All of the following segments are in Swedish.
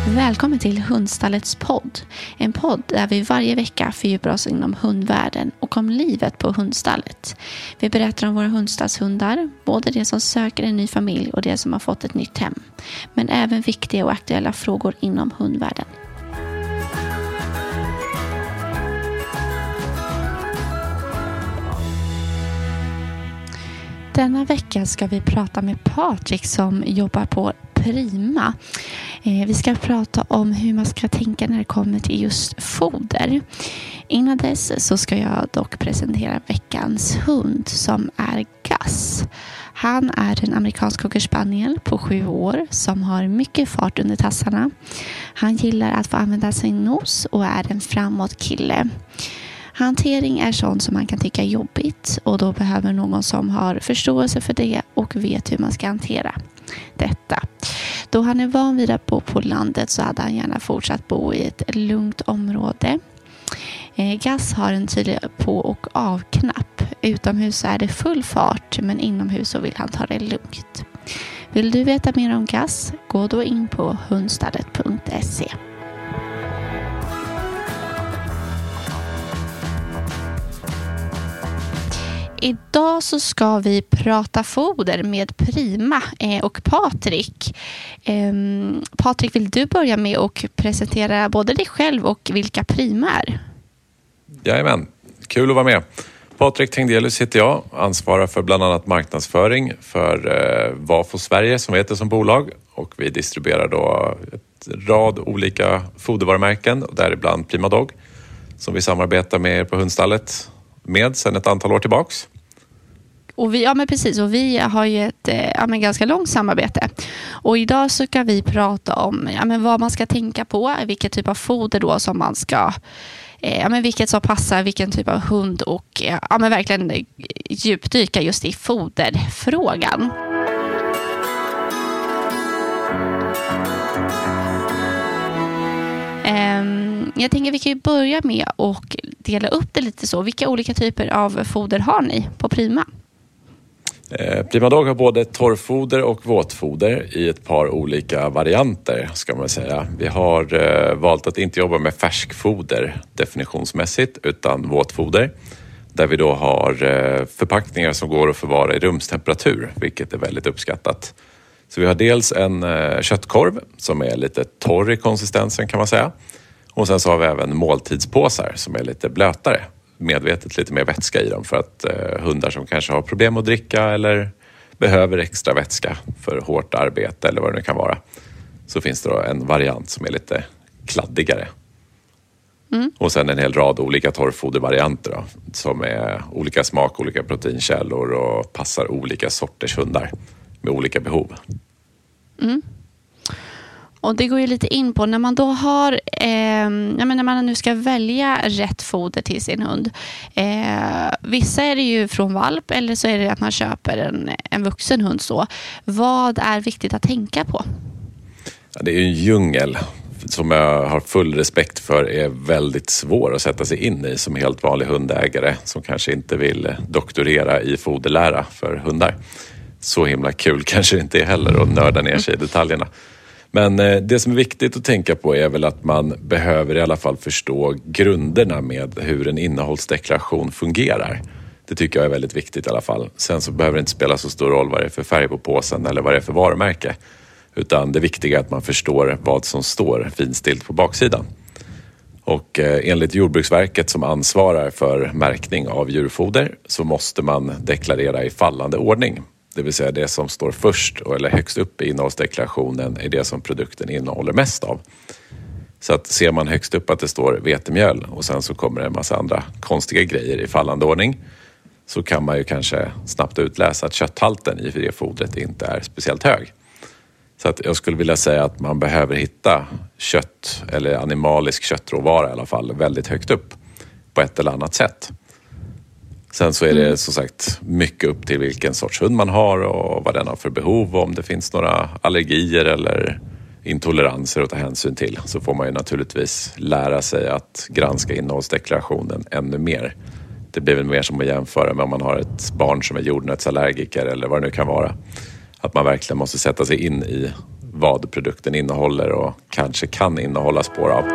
Välkommen till Hundstallets podd. En podd där vi varje vecka fördjupar oss inom hundvärlden och om livet på hundstallet. Vi berättar om våra hundstallshundar, både det som söker en ny familj och det som har fått ett nytt hem. Men även viktiga och aktuella frågor inom hundvärlden. Denna vecka ska vi prata med Patrik som jobbar på Prima. Vi ska prata om hur man ska tänka när det kommer till just foder. Innan dess så ska jag dock presentera veckans hund som är Gus. Han är en amerikansk cocker spaniel på 7 år som har mycket fart under tassarna. Han gillar att få använda sin nos och är en framåt kille. Hantering är sånt som man kan tycka är jobbigt och då behöver någon som har förståelse för det och vet hur man ska hantera detta. Då han är van vid att bo på landet så hade han gärna fortsatt bo i ett lugnt område. Gus har en tydlig på- och avknapp. Utomhus är det full fart men inomhus så vill han ta det lugnt. Vill du veta mer om Gus? Gå då in på hundstallet.se. Idag så ska vi prata foder med Prima och Patrik. Patrik, vill du börja med att presentera både dig själv och vilka Prima är? Jajamän, kul att vara med. Patrik Tengdelius heter jag, ansvarar för bland annat marknadsföring för Vafo Sverige som vi heter som bolag. Och vi distribuerar då ett rad olika fodervarumärken, däribland Prima Dog, som vi samarbetar med på hundstallet med sedan ett antal år tillbaks. Och vi har ju ett ganska långt samarbete. Och idag så ska vi prata om vad man ska tänka på, vilken typ av foder då som man ska, vilket som passar vilken typ av hund och verkligen djupdyka just i foderfrågan. Jag tänker vi kan ju börja med och dela upp det lite så. Vilka olika typer av foder har ni på Prima? Prima Dog har både torrfoder och våtfoder i ett par olika varianter ska man säga. Vi har valt att inte jobba med färskfoder definitionsmässigt utan våtfoder. Där vi då har förpackningar som går att förvara i rumstemperatur, vilket är väldigt uppskattat. Så vi har dels en köttkorv som är lite torr i konsistensen kan man säga. Och sen så har vi även måltidspåsar som är lite blötare. Medvetet lite mer vätska i dem för att hundar som kanske har problem att dricka eller behöver extra vätska för hårt arbete eller vad det nu kan vara. Så finns det då en variant som är lite kladdigare. Och sen en hel rad olika torrfodervarianter då, som är olika smak, olika proteinkällor och passar olika sorters hundar med olika behov. Och det går ju lite in på när man då har, när man nu ska välja rätt foder till sin hund. Vissa är det ju från valp eller så är det att man köper en vuxen hund så. Vad är viktigt att tänka på? Ja, det är ju en djungel som jag har full respekt för är väldigt svår att sätta sig in i som helt vanlig hundägare som kanske inte vill doktorera i foderlära för hundar. Så himla kul kanske det inte är heller att nörda ner sig i detaljerna. Men det som är viktigt att tänka på är väl att man behöver i alla fall förstå grunderna med hur en innehållsdeklaration fungerar. Det tycker jag är väldigt viktigt i alla fall. Sen så behöver det inte spela så stor roll vad det är för färg på påsen eller vad det är för varumärke. Utan det viktiga är att man förstår vad som står finstilt på baksidan. Och enligt Jordbruksverket som ansvarar för märkning av djurfoder så måste man deklarera i fallande ordning. Det vill säga det som står först eller högst upp i innehållsdeklarationen är det som produkten innehåller mest av. Så att ser man högst upp att det står vetemjöl och sen så kommer det en massa andra konstiga grejer i fallande ordning så kan man ju kanske snabbt utläsa att kötthalten i det fodret inte är speciellt hög. Så att jag skulle vilja säga att man behöver hitta kött eller animalisk köttråvara i alla fall väldigt högt upp på ett eller annat sätt. Sen så är det som sagt mycket upp till vilken sorts hund man har och vad den har för behov. Om det finns några allergier eller intoleranser att ta hänsyn till så får man ju naturligtvis lära sig att granska innehållsdeklarationen ännu mer. Det blir väl mer som att jämföra med om man har ett barn som är jordnötsallergiker eller vad det nu kan vara. Att man verkligen måste sätta sig in i vad produkten innehåller och kanske kan innehålla spår av.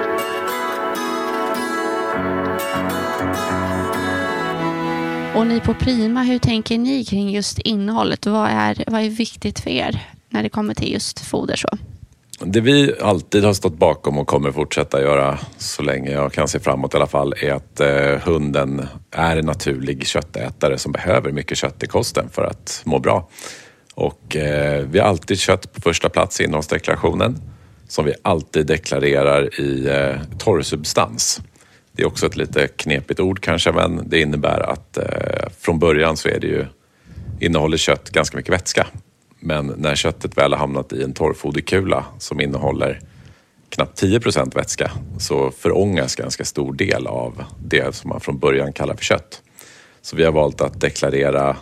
Och ni på Prima, hur tänker ni kring just innehållet? Vad är viktigt för er när det kommer till just foder så? Det vi alltid har stått bakom och kommer fortsätta göra så länge jag kan se framåt i alla fall är att hunden är en naturlig köttätare som behöver mycket kött i kosten för att må bra. Och vi har alltid kött på första plats i innehållsdeklarationen som vi alltid deklarerar i torrsubstans. Det är också ett lite knepigt ord kanske, men det innebär att från början så är det ju innehåller kött ganska mycket vätska. Men när köttet väl har hamnat i en torrfoderkula som innehåller knappt 10% vätska så förångas ganska stor del av det som man från början kallar för kött. Så vi har valt att deklarera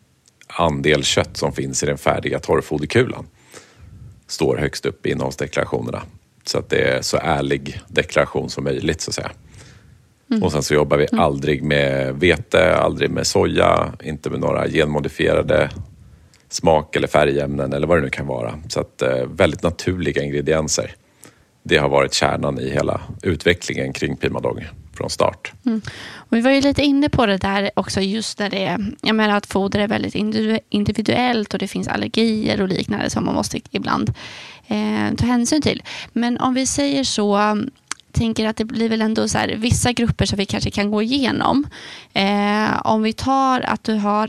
andel kött som finns i den färdiga torrfoderkulan. Står högst upp i innehållsdeklarationerna. Så att det är så ärlig deklaration som möjligt så att säga. Och sen så jobbar vi aldrig med vete, aldrig med soja, inte med några genmodifierade smak- eller färgämnen eller vad det nu kan vara. Så att väldigt naturliga ingredienser. Det har varit kärnan i hela utvecklingen kring Prima Dog från start. Och vi var ju lite inne på det där också just när jag menar att foder är väldigt individuellt och det finns allergier och liknande som man måste ibland ta hänsyn till. Men om vi säger så, tänker att det blir väl ändå så här, vissa grupper som vi kanske kan gå igenom. Om vi tar att du har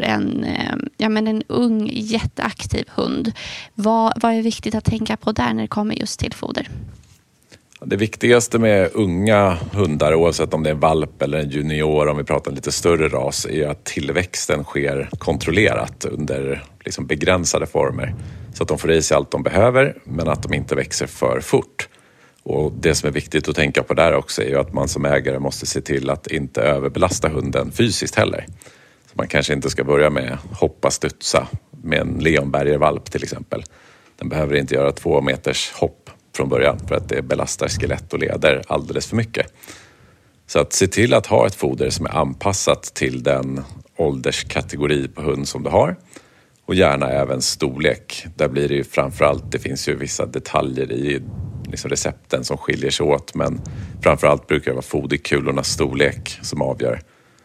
en ung jätteaktiv hund. Vad är viktigt att tänka på där när det kommer just till foder? Det viktigaste med unga hundar, oavsett om det är en valp eller en junior, om vi pratar en lite större ras, är att tillväxten sker kontrollerat under liksom begränsade former. Så att de får i sig allt de behöver, men att de inte växer för fort. Och det som är viktigt att tänka på där också är ju att man som ägare måste se till att inte överbelasta hunden fysiskt heller. Så man kanske inte ska börja med hoppa studsa med en leonbergervalp till exempel. Den behöver inte göra 2 meters hopp från början för att det belastar skelett och leder alldeles för mycket. Så att se till att ha ett foder som är anpassat till den ålderskategori på hund som du har. Och gärna även storlek. Där blir det ju framförallt, det finns ju vissa detaljer i liksom recepten som skiljer sig åt, men framförallt brukar det vara foderkulornas storlek som avgör.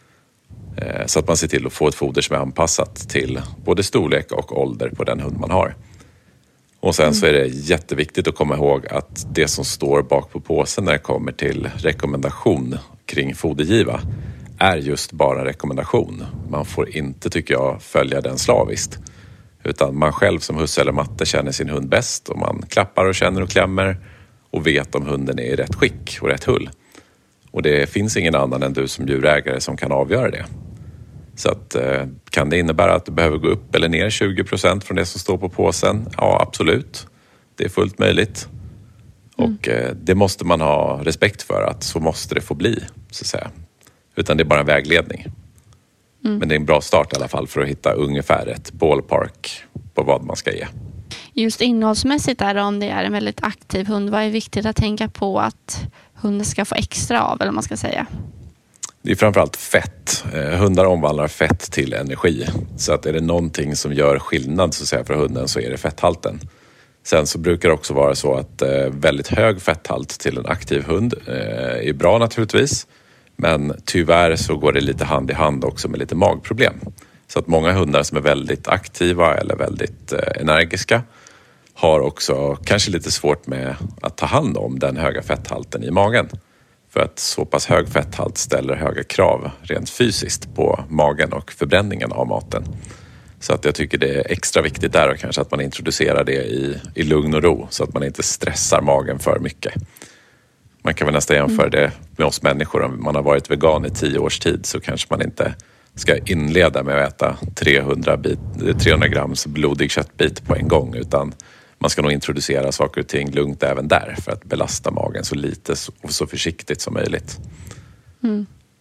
Så att man ser till att få ett foder som är anpassat till både storlek och ålder på den hund man har. Och sen så är det jätteviktigt att komma ihåg att det som står bak på påsen när det kommer till rekommendation kring fodergiva är just bara en rekommendation. Man får inte, tycker jag, följa den slaviskt. Utan man själv som husse eller matte känner sin hund bäst och man klappar och känner och klämmer och vet om hunden är i rätt skick och rätt hull. Och det finns ingen annan än du som djurägare som kan avgöra det. Så att, kan det innebära att du behöver gå upp eller ner 20% från det som står på påsen? Ja, absolut. Det är fullt möjligt. Och det måste man ha respekt för, att så måste det få bli, så att säga. Utan det är bara en vägledning. Men det är en bra start i alla fall för att hitta ungefär ett ballpark på vad man ska ge. Just innehållsmässigt där, om det är en väldigt aktiv hund, vad är viktigt att tänka på att hunden ska få extra av, eller man ska säga? Det är framförallt fett. Hundar omvandlar fett till energi. Så att är det någonting som gör skillnad så att säga för hunden så är det fetthalten. Sen så brukar det också vara så att väldigt hög fetthalt till en aktiv hund är bra naturligtvis. Men tyvärr så går det lite hand i hand också med lite magproblem. Så att många hundar som är väldigt aktiva eller väldigt energiska har också kanske lite svårt med att ta hand om den höga fetthalten i magen. För att så pass hög fetthalt ställer höga krav rent fysiskt på magen och förbränningen av maten. Så att jag tycker det är extra viktigt där och kanske att man introducerar det i lugn och ro så att man inte stressar magen för mycket. Man kan väl nästan jämföra det med oss människor. Om man har varit vegan i 10 års tid så kanske man inte ska inleda med att äta 300 grams blodig köttbit på en gång, utan man ska nog introducera saker och ting lugnt även där för att belasta magen så lite och så försiktigt som möjligt.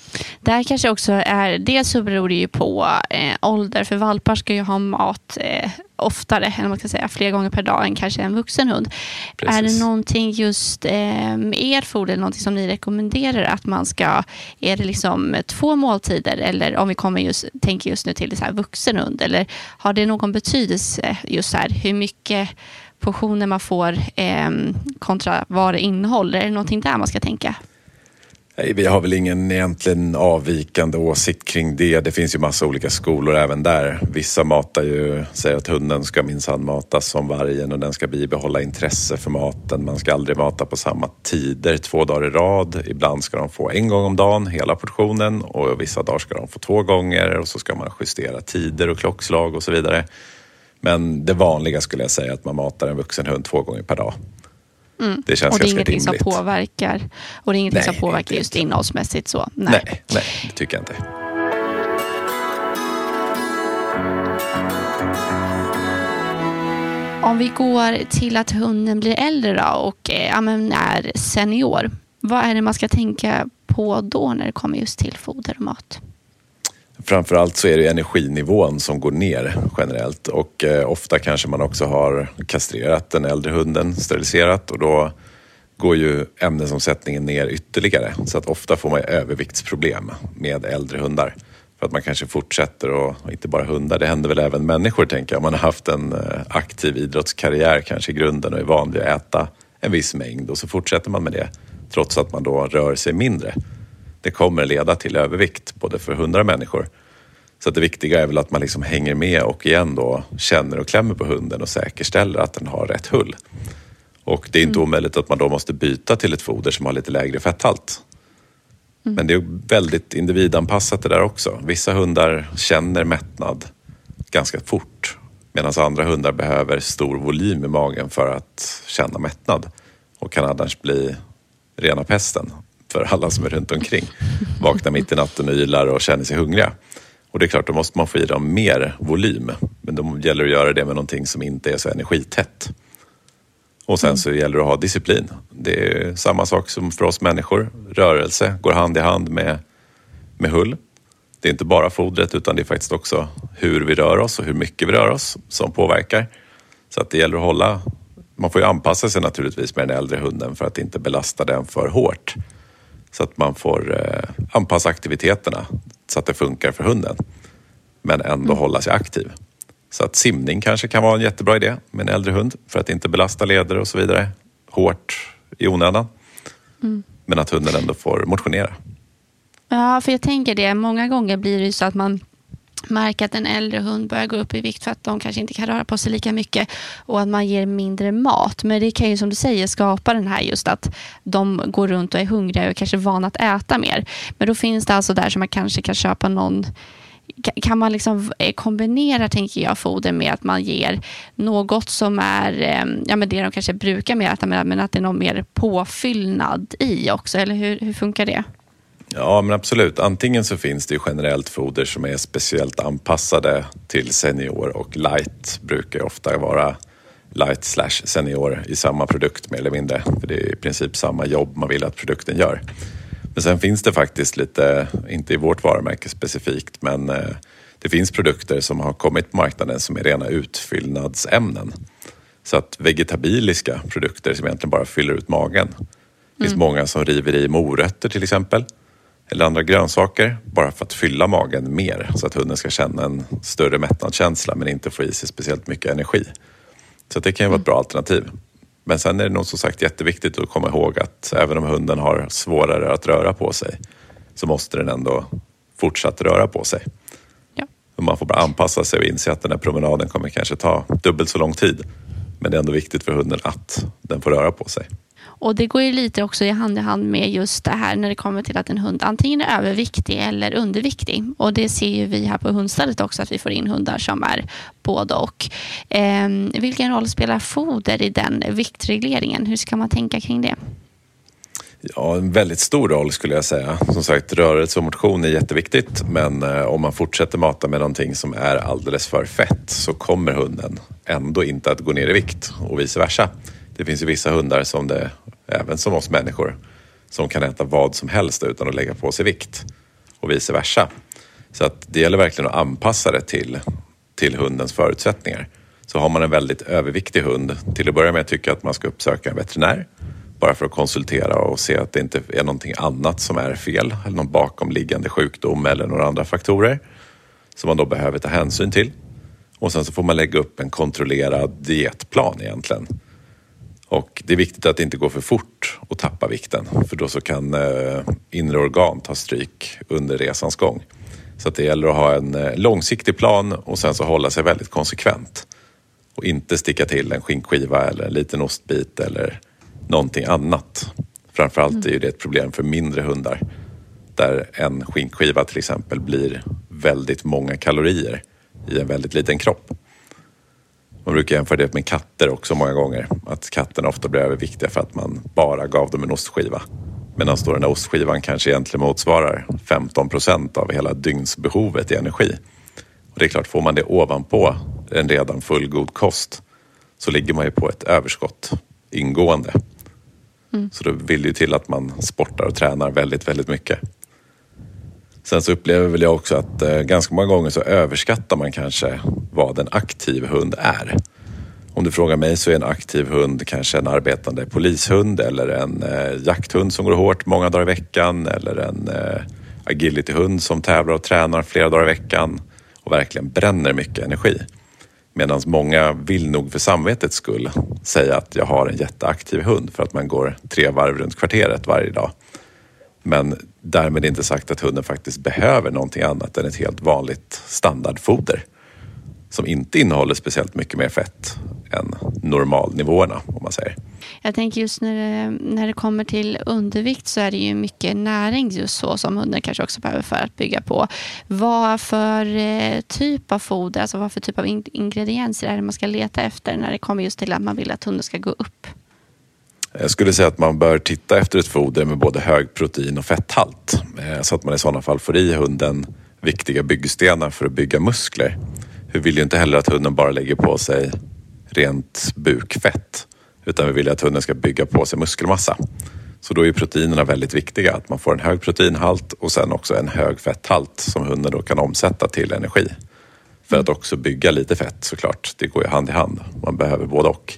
Där kanske också är, det så beror det ju på ålder, för valpar ska ju ha mat oftare, eller man ska säga fler gånger per dag än kanske en vuxen hund. Precis. Är det någonting just med er foder, någonting som ni rekommenderar att man ska, är det liksom 2 måltider, eller om vi tänker just nu till det så här vuxen hund, eller har det någon betydelse just här hur mycket portioner man får kontra vad det innehåller? Är det någonting där man ska tänka? Nej, vi har väl ingen egentligen avvikande åsikt kring det. Det finns ju massa olika skolor även där. Vissa säger att hunden ska minsann matas som vargen och den ska bibehålla intresse för maten. Man ska aldrig mata på samma tider 2 dagar i rad. Ibland ska de få 1 gång om dagen, hela portionen, och vissa dagar ska de få 2 gånger, och så ska man justera tider och klockslag och så vidare. Men det vanliga skulle jag säga att man matar en vuxen hund 2 gånger per dag. Det känns ganska rimligt. Och det är ingenting som påverkar just innehållsmässigt så. Nej, det tycker jag inte. Om vi går till att hunden blir äldre då och är senior. Vad är det man ska tänka på då när det kommer just till foder och mat? Framförallt så är det energinivån som går ner generellt, och ofta kanske man också har kastrerat den äldre hunden, steriliserat, och då går ju ämnesomsättningen ner ytterligare. Så att ofta får man överviktsproblem med äldre hundar. För att man kanske fortsätter, och inte bara hundar, det händer väl även människor tänker jag. Om man har haft en aktiv idrottskarriär kanske i grunden och är van vid att äta en viss mängd, och så fortsätter man med det trots att man då rör sig mindre. Det kommer leda till övervikt både för hundar och människor. Så att det viktiga är väl att man liksom hänger med och igen då känner och klämmer på hunden och säkerställer att den har rätt hull. Och det är inte omöjligt att man då måste byta till ett foder som har lite lägre fetthalt. Men det är väldigt individanpassat det där också. Vissa hundar känner mättnad ganska fort, medan andra hundar behöver stor volym i magen för att känna mättnad och kan annars bli rena pesten för alla som är runt omkring. Vaknar mitt i natten och ylar och känner sig hungriga. Och det är klart, då måste man få i dem mer volym. Men då gäller det att göra det med någonting som inte är så energitätt. Och sen så gäller det att ha disciplin. Det är samma sak som för oss människor. Rörelse går hand i hand med hull. Det är inte bara fodret, utan det är faktiskt också hur vi rör oss och hur mycket vi rör oss som påverkar. Så att det gäller att hålla... Man får ju anpassa sig naturligtvis med den äldre hunden för att inte belasta den för hårt. Så att man får anpassa aktiviteterna så att det funkar för hunden. Men ändå hålla sig aktiv. Så att simning kanske kan vara en jättebra idé med en äldre hund. För att inte belasta leder och så vidare hårt i onödan. Men att hunden ändå får motionera. Ja, för jag tänker det. Många gånger blir det ju så att man märker att en äldre hund börjar gå upp i vikt för att de kanske inte kan röra på sig lika mycket, och att man ger mindre mat. Men det kan ju, som du säger, skapa den här just att de går runt och är hungriga och kanske vana att äta mer. Men då finns det alltså där som man kanske kan köpa någon... Kan man liksom kombinera, tänker jag, foder med att man ger något som är det de kanske brukar med äta, men att det är någon mer påfyllnad i också, eller hur funkar det? Ja, men absolut. Antingen så finns det ju generellt foder som är speciellt anpassade till senior, och light brukar ofta vara light/senior i samma produkt mer eller mindre. För det är i princip samma jobb man vill att produkten gör. Men sen finns det faktiskt lite, inte i vårt varumärke specifikt, men det finns produkter som har kommit på marknaden som är rena utfyllnadsämnen. Så att vegetabiliska produkter som egentligen bara fyller ut magen. Det finns många som river i morötter till exempel. Eller andra grönsaker, bara för att fylla magen mer. Så att hunden ska känna en större mättnadskänsla men inte få i sig speciellt mycket energi. Så det kan ju vara ett bra alternativ. Men sen är det nog som sagt jätteviktigt att komma ihåg att även om hunden har svårare att röra på sig, så måste den ändå fortsatt röra på sig. Ja. Och man får bara anpassa sig och inse att den här promenaden kommer kanske ta dubbelt så lång tid. Men det är ändå viktigt för hunden att den får röra på sig. Och det går ju lite också i hand med just det här när det kommer till att en hund antingen är överviktig eller underviktig. Och det ser ju vi här på hundstället också, att vi får in hundar som är både och. Vilken roll spelar foder i den viktregleringen? Hur ska man tänka kring det? Ja, en väldigt stor roll skulle jag säga. Som sagt, rörelse och motion är jätteviktigt. Men om man fortsätter mata med någonting som är alldeles för fett, så kommer hunden ändå inte att gå ner i vikt och vice versa. Det finns ju vissa hundar som det, även som oss människor, som kan äta vad som helst utan att lägga på sig vikt. och vice versa. Så att det gäller verkligen att anpassa det till hundens förutsättningar. Så har man en väldigt överviktig hund, till att börja med tycker jag att man ska uppsöka en veterinär. Bara för att konsultera och se att det inte är någonting annat som är fel. Eller någon bakomliggande sjukdom eller några andra faktorer. Som man då behöver ta hänsyn till. Och sen så får man lägga upp en kontrollerad dietplan egentligen. Och det är viktigt att det inte går för fort att tappa vikten. För då så kan inre organ ta stryk under resans gång. Så att det gäller att ha en långsiktig plan och sen så hålla sig väldigt konsekvent. Och inte sticka till en skinkskiva eller en liten ostbit eller någonting annat. Framförallt är ju det ett problem för mindre hundar. Där en skinkskiva till exempel blir väldigt många kalorier i en väldigt liten kropp. Man brukar jämföra det med katter också många gånger. Att katterna ofta blir överviktiga för att man bara gav dem en ostskiva. Medan då den där ostskivan kanske egentligen motsvarar 15% av hela dygnsbehovet i energi. Och det är klart, får man det ovanpå en redan fullgod kost så ligger man ju på ett överskott ingående. Så då vill det ju till att man sportar och tränar väldigt, väldigt mycket. Sen så upplever väl jag också att ganska många gånger så överskattar man kanske vad en aktiv hund är. Om du frågar mig så är en aktiv hund kanske en arbetande polishund eller en jakthund som går hårt många dagar i veckan eller en agilityhund som tävlar och tränar flera dagar i veckan och verkligen bränner mycket energi. Medan många vill nog för samvetets skull säga att jag har en jätteaktiv hund för att man går 3 varv runt kvarteret varje dag. Men därmed inte sagt att hunden faktiskt behöver någonting annat än ett helt vanligt standardfoder. Som inte innehåller speciellt mycket mer fett än normalnivåerna, om man säger. Jag tänker just när det kommer till undervikt så är det ju mycket näring just så som hunden kanske också behöver för att bygga på. Vad för typ av foder, alltså vad för typ av ingredienser är det man ska leta efter när det kommer just till att man vill att hunden ska gå upp? Jag skulle säga att man bör titta efter ett foder med både hög protein och fetthalt. Så att man i sådana fall får i hunden viktiga byggstenar för att bygga muskler. Vi vill ju inte heller att hunden bara lägger på sig rent bukfett. Utan vi vill att hunden ska bygga på sig muskelmassa. Så då är proteinerna väldigt viktiga. Att man får en hög proteinhalt och sen också en hög fetthalt som hunden då kan omsätta till energi. För att också bygga lite fett såklart. Det går ju hand i hand. Man behöver både och.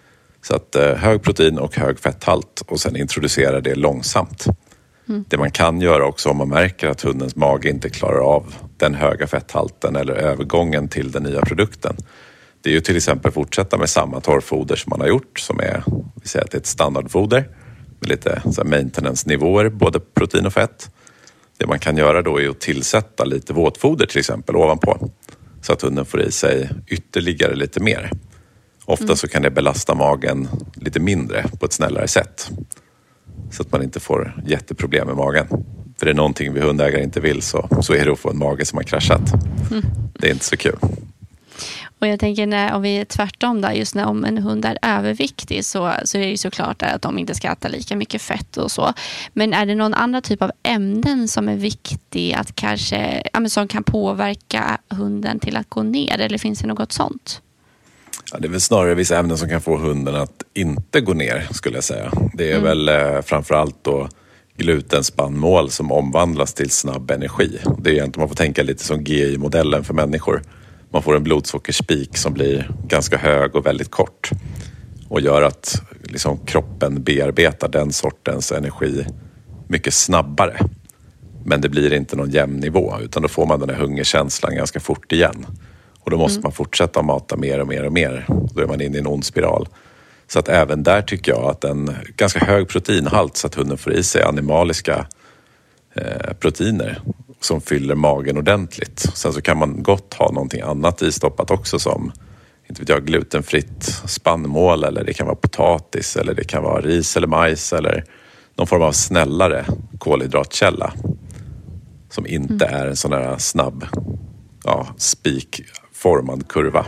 Så att hög protein och hög fetthalt och sen introducera det långsamt. Det man kan göra också om man märker att hundens mage inte klarar av den höga fetthalten eller övergången till den nya produkten. Det är ju till exempel fortsätta med samma torrfoder som man har gjort som är, vi säger att det är ett standardfoder med lite så här maintenance-nivåer, både protein och fett. Det man kan göra då är att tillsätta lite våtfoder till exempel ovanpå så att hunden får i sig ytterligare lite mer. Ofta så kan det belasta magen lite mindre på ett snällare sätt. Så att man inte får jätteproblem med magen. För det är någonting vi hundägare inte vill så är det att få en mage som har kraschat. Det är inte så kul. Och jag tänker om vi är tvärtom där, just när om en hund är överviktig så är det ju såklart att de inte ska äta lika mycket fett och så. Men är det någon annan typ av ämnen som är viktig att kanske, som kan påverka hunden till att gå ner? Eller finns det något sånt? Ja, det är väl snarare vissa ämnen som kan få hunden att inte gå ner skulle jag säga. Det är väl framförallt då glutenspannmål som omvandlas till snabb energi. Det är egentligen, man får tänka lite som GI-modellen för människor. Man får en blodsockerspik som blir ganska hög och väldigt kort. Och gör att liksom, kroppen bearbetar den sortens energi mycket snabbare. Men det blir inte någon jämn nivå utan då får man den här hungerkänslan ganska fort igen. Och då måste man fortsätta mata mer och mer och mer. Då är man inne i en ond spiral. Så att även där tycker jag att en ganska hög proteinhalt så att hunden får i sig animaliska proteiner som fyller magen ordentligt. Sen så kan man gott ha någonting annat istoppat också som inte vet jag, glutenfritt spannmål eller det kan vara potatis eller det kan vara ris eller majs eller någon form av snällare kolhydratkälla som inte är en sån här snabb spikformad kurva.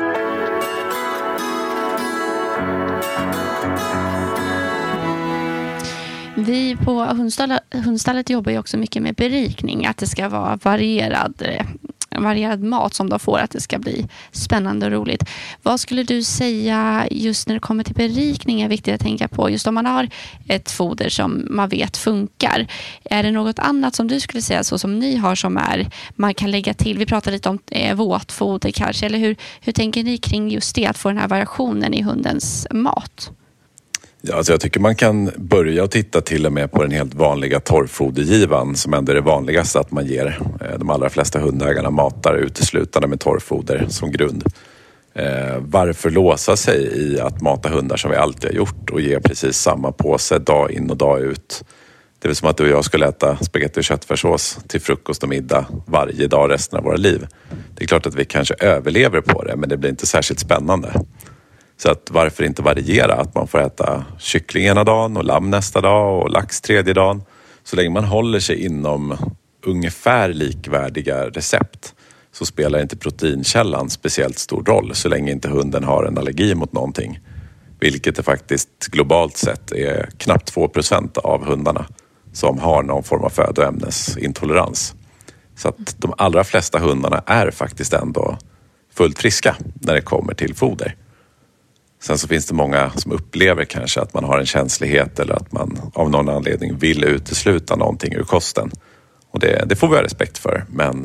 Vi på hundstallet jobbar ju också mycket med berikning, att det ska vara varierad varierad mat som de får, att det ska bli spännande och roligt. Vad skulle du säga just när det kommer till berikning är viktigt att tänka på? Just om man har ett foder som man vet funkar. Är det något annat som du skulle säga så som ni har som man kan lägga till? Vi pratade lite om våtfoder kanske. Eller hur tänker ni kring just det, att få den här variationen i hundens mat? Ja, alltså jag tycker man kan börja och titta till och med på den helt vanliga torrfodergivan som ändå är det vanligaste att man ger. De allra flesta hundägarna matar uteslutande med torrfoder som grund. Varför låsa sig i att mata hundar som vi alltid har gjort och ge precis samma påse dag in och dag ut? Det är väl som att du och jag skulle äta spagetti och köttfärssås till frukost och middag varje dag resten av våra liv. Det är klart att vi kanske överlever på det, men det blir inte särskilt spännande. Så att varför inte variera? Att man får äta kyckling ena dagen och lamm nästa dag och lax tredje dagen. Så länge man håller sig inom ungefär likvärdiga recept så spelar inte proteinkällan speciellt stor roll så länge inte hunden har en allergi mot någonting. Vilket det faktiskt globalt sett är knappt 2% av hundarna som har någon form av födoämnesintolerans. Så att de allra flesta hundarna är faktiskt ändå fullt friska när det kommer till foder. Sen så finns det många som upplever kanske att man har en känslighet eller att man av någon anledning vill utesluta någonting ur kosten. Och det får vi ha respekt för, men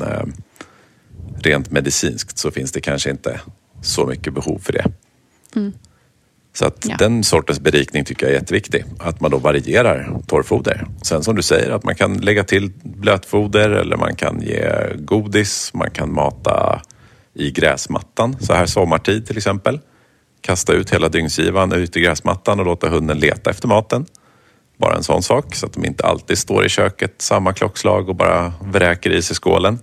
rent medicinskt så finns det kanske inte så mycket behov för det. Mm. Så att den sortens berikning tycker jag är jätteviktig. Att man då varierar torrfoder. Sen som du säger att man kan lägga till blötfoder eller man kan ge godis. Man kan mata i gräsmattan så här sommartid till exempel. Kasta ut hela dygnsgivan ut i gräsmattan och låta hunden leta efter maten. Bara en sån sak så att de inte alltid står i köket samma klockslag och bara vräker i sig skålen.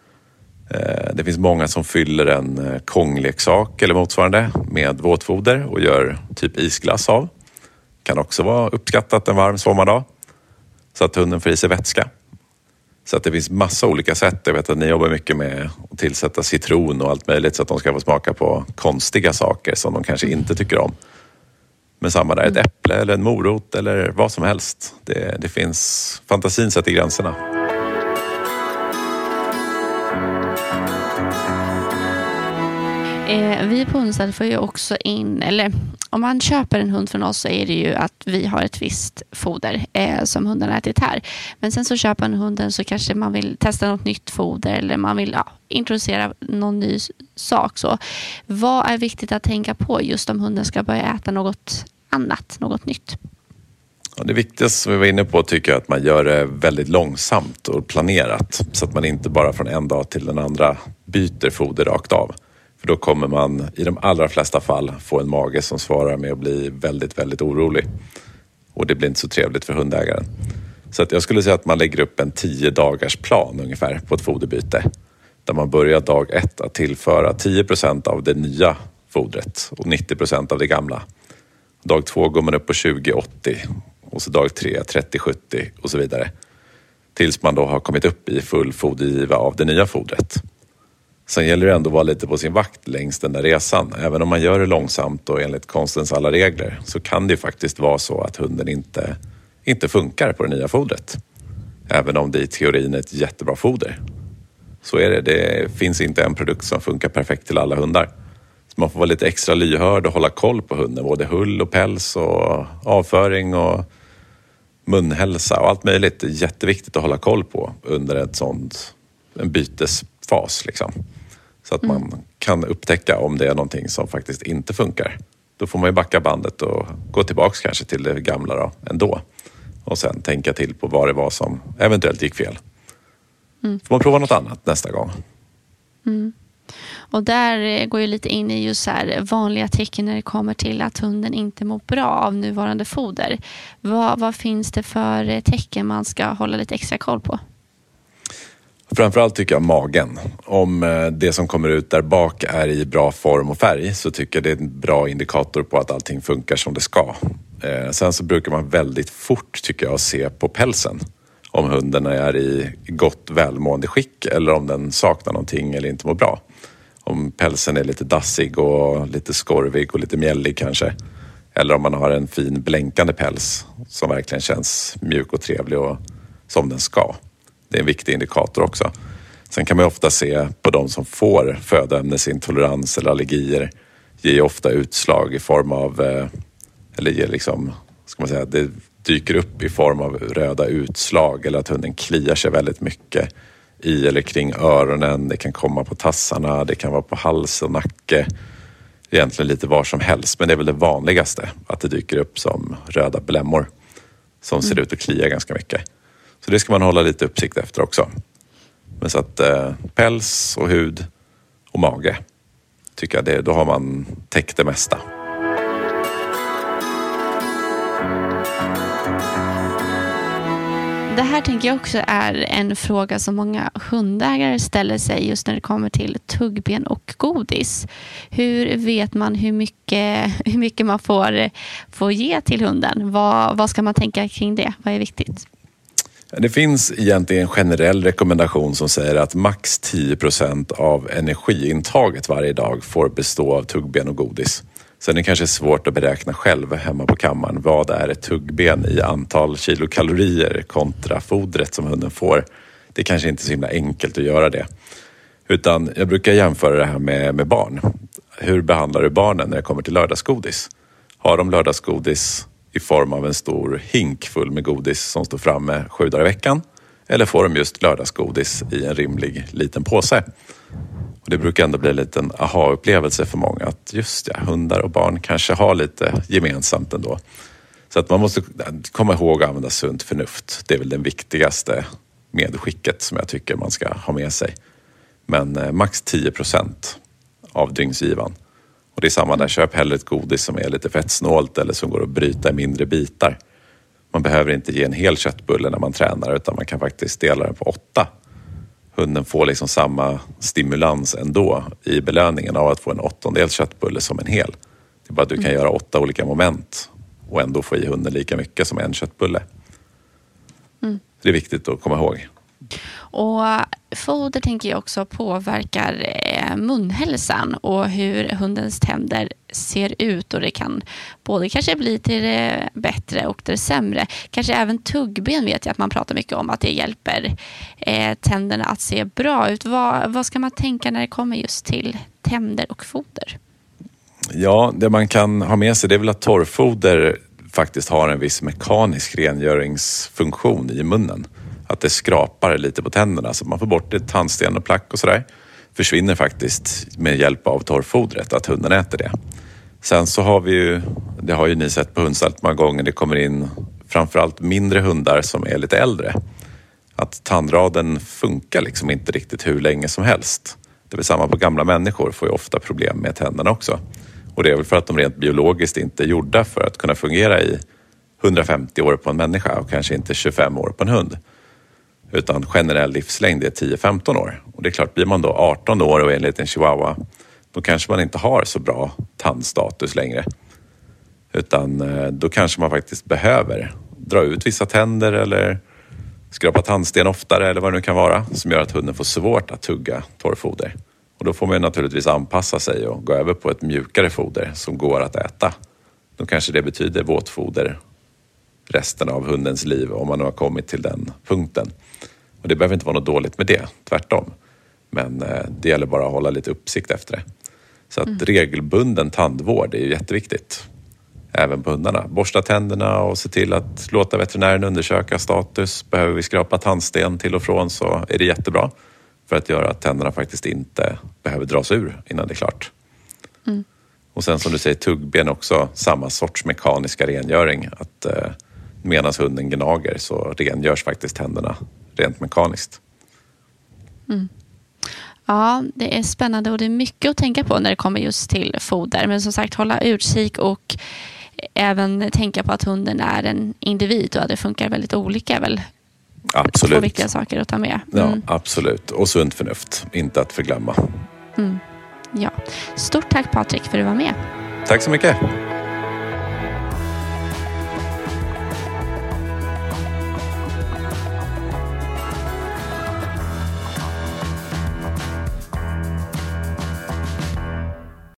Det finns många som fyller en kongleksak eller motsvarande med våtfoder och gör typ isglass av. Kan också vara uppskattat en varm sommardag så att hunden får i sig vätska. Så att det finns massa olika sätt. Jag vet att ni jobbar mycket med att tillsätta citron och allt möjligt så att de ska få smaka på konstiga saker som de kanske inte tycker om. Men samma där, ett äpple eller en morot eller vad som helst. Det finns, fantasin sätter gränserna. Vi på Hundstall får ju också in, eller om man köper en hund från oss så är det ju att vi har ett visst foder som hunden har ätit här. Men sen så köper man hunden så kanske man vill testa något nytt foder eller man vill introducera någon ny sak. Så vad är viktigt att tänka på just om hunden ska börja äta något annat, något nytt? Ja, det viktigaste som vi var inne på tycker jag att man gör det väldigt långsamt och planerat. Så att man inte bara från en dag till den andra byter foder rakt av. För då kommer man i de allra flesta fall få en mage som svarar med att bli väldigt, väldigt orolig. Och det blir inte så trevligt för hundägaren. Så att jag skulle säga att man lägger upp en 10 dagars plan ungefär på ett foderbyte. Där man börjar dag 1 att tillföra 10% av det nya fodret och 90% av det gamla. Dag 2 går man upp på 20-80 och så dag 3 30-70 och så vidare. Tills man då har kommit upp i full fodergiva av det nya fodret. Sen gäller det ändå att vara lite på sin vakt längs den där resan. Även om man gör det långsamt och enligt konstens alla regler så kan det faktiskt vara så att hunden inte funkar på det nya fodret. Även om det i teorin är ett jättebra foder. Så är det. Det finns inte en produkt som funkar perfekt till alla hundar. Så man får vara lite extra lyhörd och hålla koll på hunden. Både hull och päls och avföring och munhälsa och allt möjligt. Det är jätteviktigt att hålla koll på under en bytesfas liksom. Så att man kan upptäcka om det är någonting som faktiskt inte funkar. Då får man ju backa bandet och gå tillbaks kanske till det gamla då, ändå. Och sen tänka till på vad det var som eventuellt gick fel. Får man prova något annat nästa gång. Och där går ju lite in i just så här vanliga tecken när det kommer till att hunden inte mår bra av nuvarande foder. Vad finns det för tecken man ska hålla lite extra koll på? Framförallt tycker jag magen. Om det som kommer ut där bak är i bra form och färg så tycker jag det är en bra indikator på att allting funkar som det ska. Sen så brukar man väldigt fort tycker jag se på pälsen. Om hunden är i gott välmående skick eller om den saknar någonting eller inte mår bra. Om pälsen är lite dassig och lite skorvig och lite mjällig kanske. Eller om man har en fin blänkande päls som verkligen känns mjuk och trevlig och som den ska. Det är en viktig indikator också. Sen kan man ofta se på de som får födoämnesintolerans eller allergier ger ofta utslag i form av, eller ger liksom, ska man säga, det dyker upp i form av röda utslag eller att hunden kliar sig väldigt mycket i eller kring öronen. Det kan komma på tassarna, det kan vara på hals och nacke. Egentligen lite var som helst, men det är väl det vanligaste att det dyker upp som röda blämmor som ser ut att klia ganska mycket. Så det ska man hålla lite uppsikt efter också. Men så att päls och hud och mage tycker jag då har man täckt det mesta. Det här tänker jag också är en fråga som många hundägare ställer sig just när det kommer till tuggben och godis. Hur vet man hur mycket man får ge till hunden? Vad ska man tänka kring det? Vad är viktigt? Det finns egentligen en generell rekommendation som säger att max 10% av energiintaget varje dag får bestå av tuggben och godis. Sen är det kanske svårt att beräkna själv hemma på kammaren vad är ett tuggben i antal kilokalorier kontra fodret som hunden får. Det är kanske inte så himla enkelt att göra det. Utan jag brukar jämföra det här med barn. Hur behandlar du barnen när det kommer till lördagsgodis? Har de lördagsgodis i form av en stor hink full med godis som står framme 7 dagar i veckan? Eller får de just lördagsgodis i en rimlig liten påse? Och det brukar ändå bli en liten aha-upplevelse för många att just ja, hundar och barn kanske har lite gemensamt ändå. Så att man måste komma ihåg att använda sunt förnuft. Det är väl det viktigaste medskicket som jag tycker man ska ha med sig. Men max 10% av dygnsgivan. Och det är samma där, köp hellre ett godis som är lite fettsnålt eller som går att bryta i mindre bitar. Man behöver inte ge en hel köttbulle när man tränar utan man kan faktiskt dela den på 8. Hunden får liksom samma stimulans ändå i belöningen av att få en 8:e köttbulle som en hel. Det är bara att du kan göra 8 olika moment och ändå få i hunden lika mycket som en köttbulle. Det är viktigt att komma ihåg. Och foder tänker jag också påverkar munhälsan och hur hundens tänder ser ut, och det kan både kanske bli till det bättre och till det sämre. Kanske även tuggben vet jag att man pratar mycket om att det hjälper tänderna att se bra ut. Vad ska man tänka när det kommer just till tänder och foder? Ja, det man kan ha med sig det är väl att torrfoder faktiskt har en viss mekanisk rengöringsfunktion i munnen. Att det skrapar lite på tänderna så man får bort ett tandsten och plack och sådär. Försvinner faktiskt med hjälp av torrfodret, att hunden äter det. Sen så har vi ju, det har ju ni sett på hundstallet många gånger, det kommer in framförallt mindre hundar som är lite äldre. Att tandraden funkar liksom inte riktigt hur länge som helst. Det är samma på gamla människor, får ju ofta problem med tänderna också. Och det är väl för att de rent biologiskt inte är gjorda för att kunna fungera i 150 år på en människa och kanske inte 25 år på en hund. Utan generell livslängd är 10-15 år. Och det är klart, blir man då 18 år och är en liten chihuahua, då kanske man inte har så bra tandstatus längre. Utan då kanske man faktiskt behöver dra ut vissa tänder eller skrapa tandsten oftare eller vad det nu kan vara, som gör att hunden får svårt att tugga torrfoder. Och då får man naturligtvis anpassa sig och gå över på ett mjukare foder som går att äta. Då kanske det betyder våtfoder resten av hundens liv om man nu har kommit till den punkten. Och det behöver inte vara något dåligt med det, tvärtom. Men det gäller bara att hålla lite uppsikt efter det. Så att regelbunden tandvård är ju jätteviktigt. Även på hundarna. Borsta tänderna och se till att låta veterinären undersöka status. Behöver vi skrapa tandsten till och från så är det jättebra. För att göra att tänderna faktiskt inte behöver dras ur innan det är klart. Och sen som du säger, tuggben också samma sorts mekaniska rengöring. Att medan hunden gnager så rengörs faktiskt tänderna rent mekaniskt. Ja, det är spännande och det är mycket att tänka på när det kommer just till foder. Men som sagt, hålla utkik och även tänka på att hunden är en individ och att det funkar väldigt olika. Väl Absolut. 2 viktiga saker att ta med. Ja, absolut. Och sunt förnuft, inte att förglömma. Ja. Stort tack Patrik för att du var med. Tack så mycket.